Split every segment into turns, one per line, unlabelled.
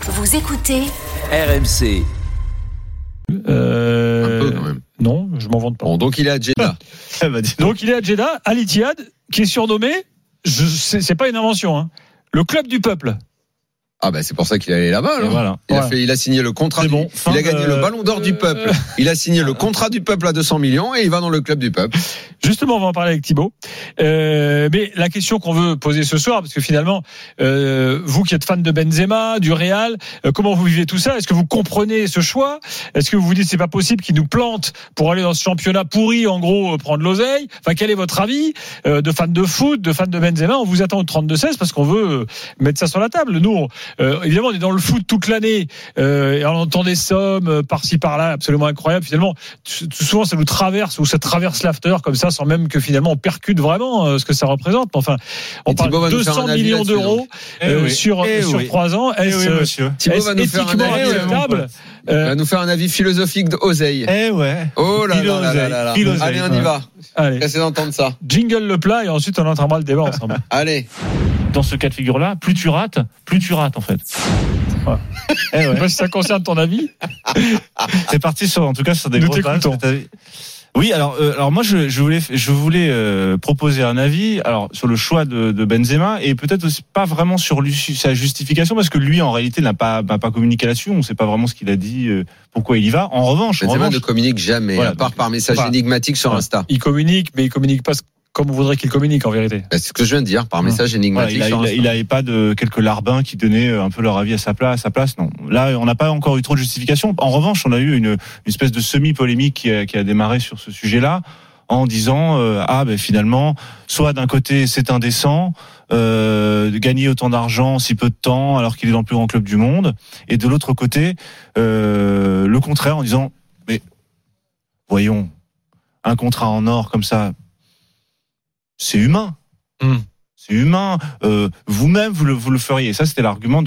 Vous écoutez
RMC.
Un peu quand même.
Non, je m'en vante pas.
Bon, donc il est à Jeddah.
Donc il est à Jeddah, Al Ittihad, qui est surnommé, c'est pas une invention, hein, le club du peuple.
Ah ben c'est pour ça qu'il est allé là-bas.
Voilà.
Il a signé le contrat. Il a gagné le Ballon d'Or du peuple. Il a signé le contrat du peuple à 200 millions et il va dans le club du peuple.
Justement, on va en parler avec Thibaut. Mais la question qu'on veut poser ce soir, parce que finalement, vous qui êtes fan de Benzema, du Real, comment vous vivez tout ça ? Est-ce que vous comprenez ce choix ? Est-ce que vous vous dites c'est pas possible qu'il nous plante pour aller dans ce championnat pourri, en gros, prendre l'oseille ? Enfin, quel est votre avis de fan de foot, de fan de Benzema ? On vous attend au 32-16 parce qu'on veut mettre ça sur la table. Nous, évidemment, on est dans le foot toute l'année et on entend des sommes par-ci par-là absolument incroyables. Finalement, souvent ça nous traverse ou ça traverse l'after comme ça, sans même que finalement on percute vraiment ce que ça représente. Enfin, on parle de 200 millions d'euros sur 3 ans.
Thibaut va nous faire un avis acceptable. Va nous faire un avis philosophique d'oseille. Oh là là. Allez, on y va. Laissez d'entendre ça.
Jingle le plat et ensuite on entamera le débat ensemble.
Allez.
Dans ce cas de figure-là, plus tu rates en fait.
Ouais. Je sais pas si ça concerne ton avis.
C'est parti en tout cas sur des grosses bases. Oui, alors moi je voulais proposer un avis alors sur le choix de Benzema et peut-être aussi pas vraiment sur sa justification parce que lui en réalité n'a pas communiqué là-dessus, on ne sait pas vraiment ce qu'il a dit, pourquoi il y va. En revanche,
Benzema ne communique jamais, à part par message énigmatique sur Insta.
Il communique, mais il communique pas comme on voudrait qu'il communique en vérité.
C'est ce que je viens de dire, par message énigmatique.
Il n'avait pas de quelques larbins qui donnaient un peu leur avis à sa place. Non. Là, on n'a pas encore eu trop de justification. En revanche, on a eu une espèce de semi-polémique qui a démarré sur ce sujet-là, en disant finalement, soit d'un côté c'est indécent de gagner autant d'argent si peu de temps alors qu'il est dans le plus grand club du monde, et de l'autre côté le contraire en disant mais voyons, un contrat en or comme ça. C'est humain. C'est humain. Vous-même, vous le feriez. Ça, c'était l'argument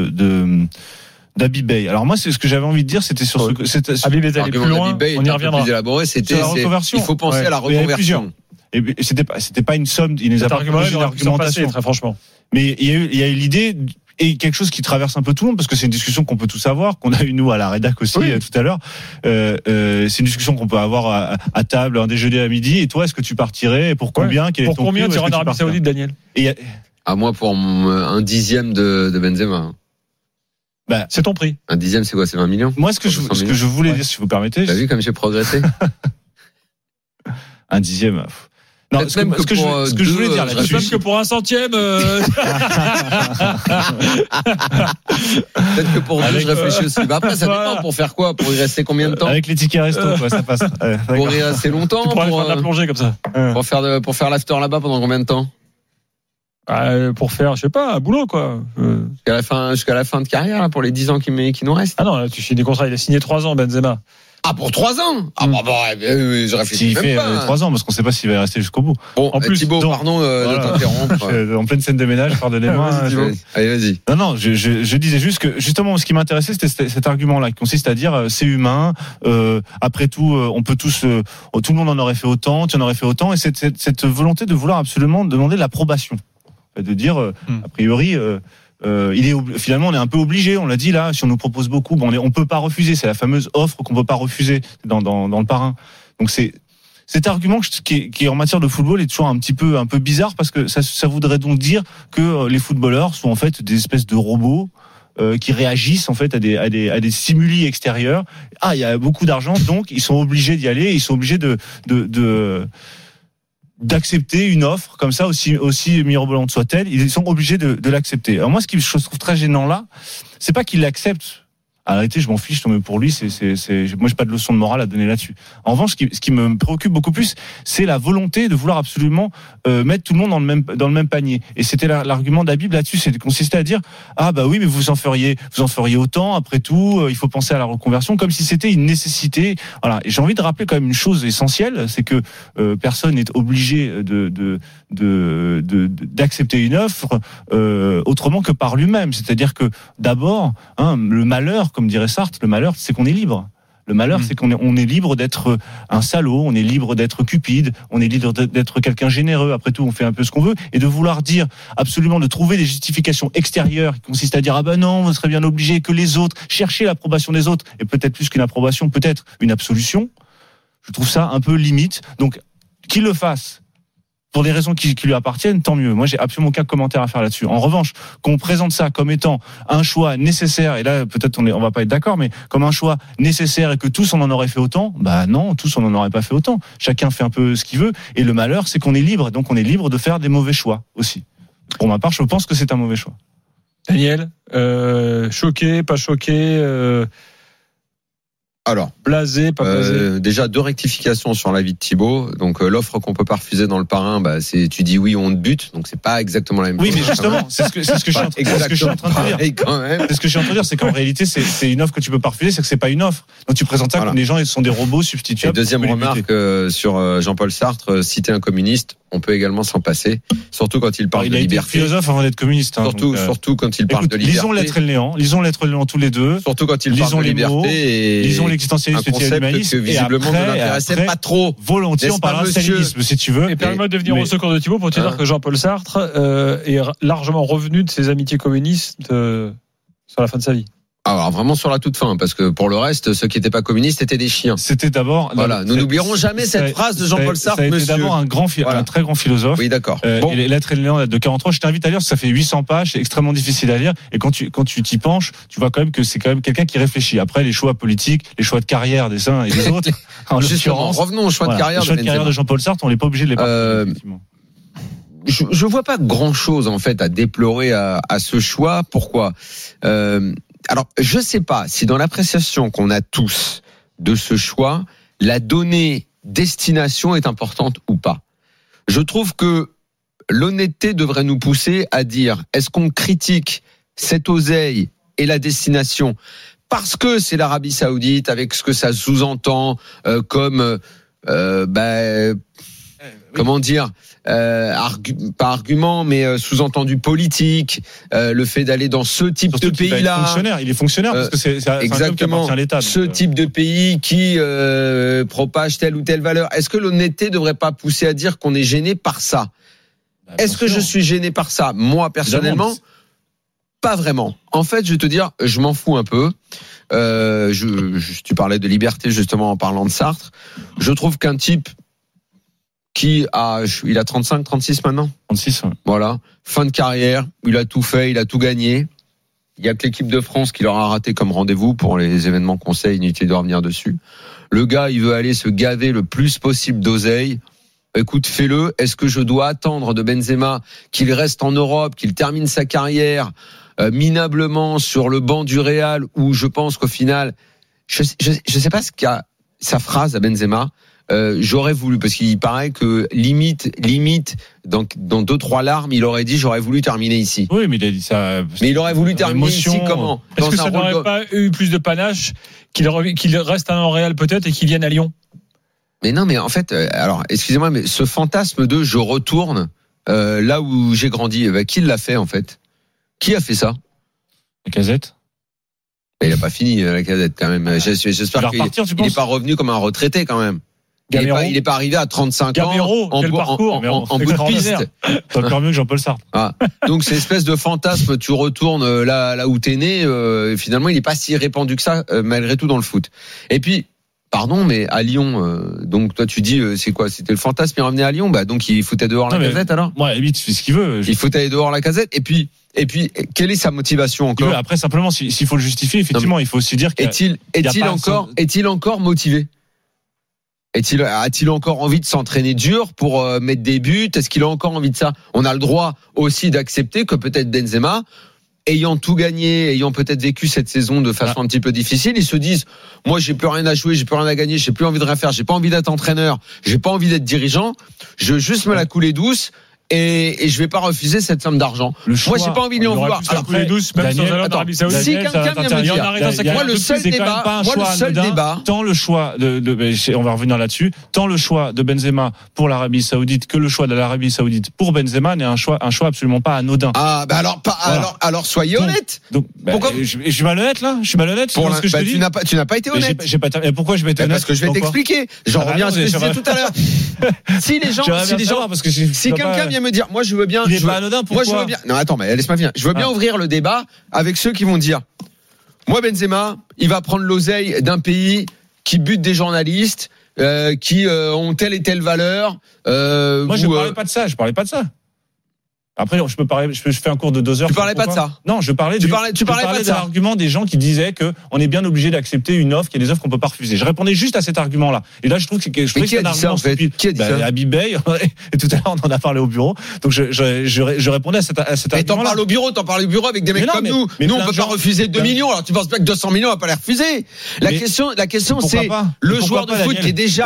d'Habib Bey. Alors moi, c'est ce que j'avais envie de dire. C'était sur
Habib est allé plus loin. On y reviendra.
Plus élaboré, c'était il faut penser à la reconversion.
Et c'était pas une somme. Il nous a pas proposé une argumentation.
Très franchement.
Mais il y a eu l'idée. Et quelque chose qui traverse un peu tout le monde, parce que c'est une discussion qu'on peut tous avoir, qu'on a eu nous à la rédac aussi tout à l'heure. C'est une discussion qu'on peut avoir à table, un déjeuner à midi. Et toi, est-ce que tu partirais ? Et pour combien ?
Pour combien tu iras en Arabie Saoudite, Daniel ?
À moi, pour un dixième de Benzema.
C'est ton prix.
Un dixième, c'est quoi ? C'est 20 millions ?
Moi, ce que je voulais dire, si vous permettez.
T'as vu comme j'ai progressé ?
Un dixième. Non, ce que je voulais dire là-dessus.
Même que pour un centième.
Peut-être que pour deux, je réfléchis aussi. Après, ça dépend. Pour faire quoi ? Pour y rester combien de temps ?
Avec les tickets resto, ça passe.
Pour y rester longtemps.
Pour aller faire de la plongée comme ça.
Pour faire l'after là-bas pendant combien de temps ?
Pour faire, je sais pas, un boulot quoi.
Jusqu'à la fin de carrière là, pour les 10 ans qui nous restent.
Ah non, là, tu signes des contrats. Il a signé 3 ans, Benzema.
Ah, pour 3 ans. Je réfléchis même pas.
Il fait 3 ans, parce qu'on sait pas s'il va y rester jusqu'au bout.
Bon, en plus, Thibaut, pardon de t'interrompre.
En pleine scène de ménage, pardonnez-moi.
Allez, vas-y.
Non, je disais juste que, justement, ce qui m'intéressait, c'était cet argument-là, qui consiste à dire, c'est humain, après tout, on peut tous, tout le monde en aurait fait autant, tu en aurais fait autant, et cette volonté de vouloir absolument demander l'approbation. De dire, a priori, finalement, on est un peu obligé. On l'a dit là, si on nous propose beaucoup, on peut pas refuser. C'est la fameuse offre qu'on peut pas refuser dans le parrain. Donc c'est cet argument qui en matière de football est toujours un peu bizarre parce que ça voudrait donc dire que les footballeurs sont en fait des espèces de robots qui réagissent en fait à des stimuli extérieurs. Il y a beaucoup d'argent, donc ils sont obligés d'y aller. Ils sont obligés d'accepter une offre comme ça, aussi mirobolante soit-elle, ils sont obligés de l'accepter. Alors moi, ce que je trouve très gênant là, c'est pas qu'ils l'acceptent. En réalité, je m'en fiche, pour lui, moi, j'ai pas de leçon de morale à donner là-dessus. En revanche, ce qui me préoccupe beaucoup plus, c'est la volonté de vouloir absolument mettre tout le monde dans le même panier. Et c'était l'argument d'Habib là-dessus, c'est de consister à dire oui, mais vous en feriez autant. Après tout, il faut penser à la reconversion, comme si c'était une nécessité. Voilà. Et j'ai envie de rappeler quand même une chose essentielle, c'est que personne n'est obligé d'accepter une offre autrement que par lui-même. C'est-à-dire que d'abord, le malheur, comme dirait Sartre, le malheur, c'est qu'on est libre. Le malheur, c'est qu'on est libre d'être un salaud, on est libre d'être cupide, on est libre d'être quelqu'un généreux. Après tout, on fait un peu ce qu'on veut. Et de vouloir dire absolument, de trouver des justifications extérieures qui consistent à dire ah ben non, on serait bien obligé que les autres, chercher l'approbation des autres, et peut-être plus qu'une approbation, peut-être une absolution. Je trouve ça un peu limite. Donc, qu'il le fasse pour des raisons qui lui appartiennent, tant mieux. Moi, j'ai absolument aucun commentaire à faire là-dessus. En revanche, qu'on présente ça comme étant un choix nécessaire, et là, peut-être on va pas être d'accord, mais comme un choix nécessaire et que tous on en aurait fait autant, bah non, tous on en aurait pas fait autant. Chacun fait un peu ce qu'il veut, et le malheur, c'est qu'on est libre, donc on est libre de faire des mauvais choix aussi. Pour ma part, je pense que c'est un mauvais choix.
Daniel, choqué, pas choqué
Alors,
blasé, pas blasé.
Déjà 2 rectifications sur l'avis de Thibaut. Donc l'offre qu'on peut pas refuser dans le parrain, c'est tu dis oui, on te bute. Donc c'est pas exactement la même chose.
Oui, mais justement, c'est ce que je suis en train de dire. C'est ce que je suis en train de dire, c'est qu'en réalité, c'est une offre que tu peux pas refuser, c'est que c'est pas une offre. Donc tu présentes ça comme les gens ils sont des robots substituables.
Et deuxième remarque sur Jean-Paul Sartre, citer un communiste, on peut également s'en passer, surtout quand il parle de liberté.
Il a été philosophe avant d'être communiste.
Surtout quand il parle de liberté.
Lisons L'être et le néant tous les deux.
Surtout quand il parle de liberté.
Lisons l'existentialisme et l'humanisme.
Que visiblement ne l'intéressait pas trop.
Volontiers, on parlera de stalinisme si tu veux.
Et permets-moi de venir au secours de Thibaut pour te dire que Jean-Paul Sartre est largement revenu de ses amitiés communistes sur la fin de sa vie.
Alors vraiment sur la toute fin, parce que pour le reste, ceux qui n'étaient pas communistes étaient des chiens.
C'était d'abord.
Voilà, nous n'oublierons jamais cette phrase de Jean-Paul Sartre.
C'était d'abord un très grand philosophe.
Oui, d'accord.
Et L'être et le néant date de 43. Je t'invite à lire, parce que ça fait 800 pages, c'est extrêmement difficile à lire. Et quand tu t'y penches, tu vois quand même que c'est quand même quelqu'un qui réfléchit. Après, les choix politiques, les choix de carrière des uns et des autres.
Justement, revenons au choix de carrière.
Les choix de carrière de Jean-Paul Sartre, on n'est pas obligé de les partager, effectivement.
Je vois pas grand chose en fait à déplorer à ce choix. Pourquoi alors, je sais pas si dans l'appréciation qu'on a tous de ce choix, la donnée destination est importante ou pas. Je trouve que l'honnêteté devrait nous pousser à dire est-ce qu'on critique cette oseille et la destination parce que c'est l'Arabie Saoudite avec ce que ça sous-entend comme comment dire pas argument mais sous-entendu politique, le fait d'aller dans ce type de pays-là.
Il est fonctionnaire parce que c'est
exactement
à l'État.
Ce type de pays qui propage telle ou telle valeur. Est-ce que l'honnêteté devrait pas pousser à dire qu'on est gêné par ça? Est-ce que je suis gêné par ça? Moi personnellement, pas vraiment. En fait, je vais te dire, je m'en fous un peu. Tu parlais de liberté justement en parlant de Sartre. Je trouve qu'un type il a 35, 36 maintenant.
36, ouais.
Voilà. Fin de carrière. Il a tout fait, il a tout gagné. Il y a que l'équipe de France qui leur a raté comme rendez-vous pour les événements conseils. Inutile de revenir dessus. Le gars, il veut aller se gaver le plus possible d'oseille. Écoute, fais-le. Est-ce que je dois attendre de Benzema qu'il reste en Europe, qu'il termine sa carrière minablement sur le banc du Real, où je pense qu'au final, je sais pas ce qu'a sa phrase à Benzema. J'aurais voulu, parce qu'il paraît que limite dans 2-3 larmes, il aurait dit j'aurais voulu terminer ici.
Oui, mais il a dit ça.
Mais il aurait voulu terminer ici comment?
Est-ce que ça n'aurait pas eu plus de panache qu'il reste à Montréal peut-être et qu'il vienne à Lyon?
Mais non, mais en fait, alors excusez-moi, mais ce fantasme de je retourne là où j'ai grandi, qui l'a fait en fait? Qui a fait ça?
Lacazette.
Mais il a pas fini Lacazette quand même. J'espère qu'il n'est pas revenu comme un retraité quand même. Il est pas arrivé à 35 ans en bout de piste.
C'est encore mieux que Jean-Paul Sartre.
Ah. Donc c'est une espèce de fantasme, tu retournes là où t'es né, finalement il n'est pas si répandu que ça malgré tout dans le foot. Et puis pardon, mais à Lyon, donc toi tu dis c'est quoi? C'était le fantasme, il revenait à Lyon, donc il foutait dehors Lacazette alors?
Ouais, vite, il fait ce qu'il veut.
Il foutait dehors Lacazette et puis quelle est sa motivation encore?
Après simplement s'il faut le justifier, effectivement, il faut aussi dire
est-il encore motivé? A-t-il encore envie de s'entraîner dur pour mettre des buts? Est-ce qu'il a encore envie de ça? On a le droit aussi d'accepter que peut-être Benzema, ayant tout gagné, ayant peut-être vécu cette saison de façon un petit peu difficile, ils se disent moi j'ai plus rien à jouer, j'ai plus rien à gagner, j'ai plus envie de rien faire, j'ai pas envie d'être entraîneur, j'ai pas envie d'être dirigeant, je veux juste me la couler douce et je vais pas refuser cette somme d'argent. Moi, j'ai pas envie de lui en vouloir.
Alors, tous les 12, même sans allant en Arabie Saoudite.
Si quelqu'un vient me dire, moi, le seul débat,
tant le choix on va revenir là-dessus, tant le choix de Benzema pour l'Arabie Saoudite que le choix de l'Arabie Saoudite pour Benzema n'est un choix absolument pas anodin.
Ah, bah alors soyez honnête.
Donc, pourquoi je suis malhonnête là? Je suis malhonnête pour ce que je te dis.
Tu n'as pas été honnête.
Et pourquoi je vais être honnête?
Parce que je vais t'expliquer. J'en reviens à ce que je disais tout à l'heure. Si quelqu'un vient me dire, moi je veux bien.
Il est pas anodin, pourquoi?
Moi je veux bien. Non, attends, mais laisse-moi finir. Je veux bien ouvrir le débat avec ceux qui vont dire, moi Benzema, il va prendre l'oseille d'un pays qui bute des journalistes, qui ont telle et telle valeur.
Moi je parlais pas de ça. Après, je fais un cours de 2 heures.
Tu parlais pas de ça?
Non, je parlais
tu parlais de
l'argument des gens qui disaient que on est bien obligé d'accepter une offre, qu'il y a des offres qu'on peut pas refuser. Je répondais juste à cet argument-là. Et là, je trouve que c'est un argument stupide.
Qui a dit ça?
Habib Bey. Et tout à l'heure, on en a parlé au bureau. Donc, je répondais à cet argument.
Mais t'en parles au bureau avec des mecs comme nous. Nous, on peut pas refuser 2 millions. Alors, tu penses pas que 200 millions, on va pas les refuser? La question, c'est le joueur de foot qui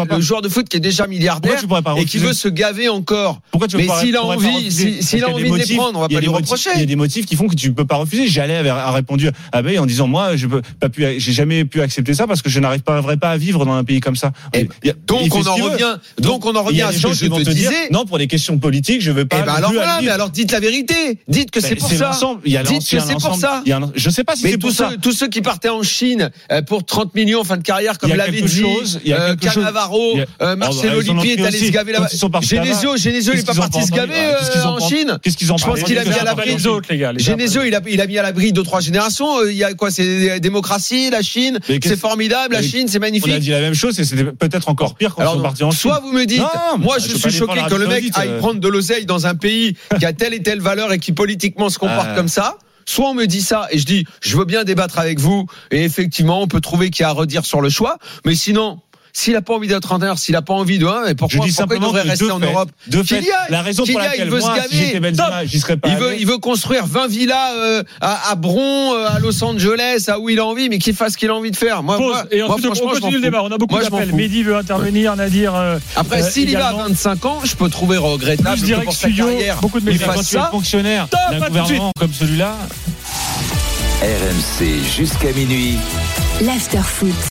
est déjà milliardaire et qui veut se gaver encore. Mais s'il a envie de les prendre, on va pas lui reprocher.
Il y a des motifs qui font que tu peux pas refuser. J'allais avoir répondu à Bey en disant, moi, j'ai jamais pu accepter ça parce que je n'arriverais pas à vivre dans un pays comme ça.
Donc on en revient à ce que je te disais.
Non, pour des questions politiques, je veux pas.
Mais alors dites la vérité. Dites que c'est pour ça. Dites que c'est pour ça.
Je sais pas si c'est pour ça.
Tous ceux qui partaient en Chine pour 30 millions en fin de carrière, comme l'avait dit Cannavaro, Marcelo Lippi est allé se gaver là-bas. Genesio, il est pas parti se gaver en Chine.
Qu'est-ce qu'ils en pensent?
Je pense qu'il a mis à l'abri
les autres, les gars.
Genesio, il a mis à l'abri 2-3 générations. Il y a quoi? C'est la démocratie, la Chine. C'est formidable, la Chine, c'est magnifique.
On a dit la même chose et c'était peut-être encore pire quand ils sont partis en Chine.
Soit vous me dites, moi je suis choqué que le mec aille prendre de l'oseille dans un pays qui a telle et telle valeur et qui politiquement se comporte comme ça. Soit on me dit ça et je dis, je veux bien débattre avec vous et effectivement on peut trouver qu'il y a à redire sur le choix. Mais sinon, s'il n'a pas envie d'être entraîneur, s'il n'a pas envie de, mais pourquoi il devrait rester en Europe?
La raison pour laquelle moi, si j'étais Benzema, j'y serais pas.
Il veut construire 20 villas à Bron, à Los Angeles, à où il a envie, mais qu'il fasse ce qu'il a envie de faire.
Et ensuite, on continue le débat. On a beaucoup d'appels. Mehdi veut intervenir, Nadir.
Après, s'il y va à 25 ans, je peux trouver regrettable que pour sa carrière,
il fasse ça. Fonctionnaire d'un gouvernement comme celui-là.
RMC jusqu'à minuit.
L'after foot.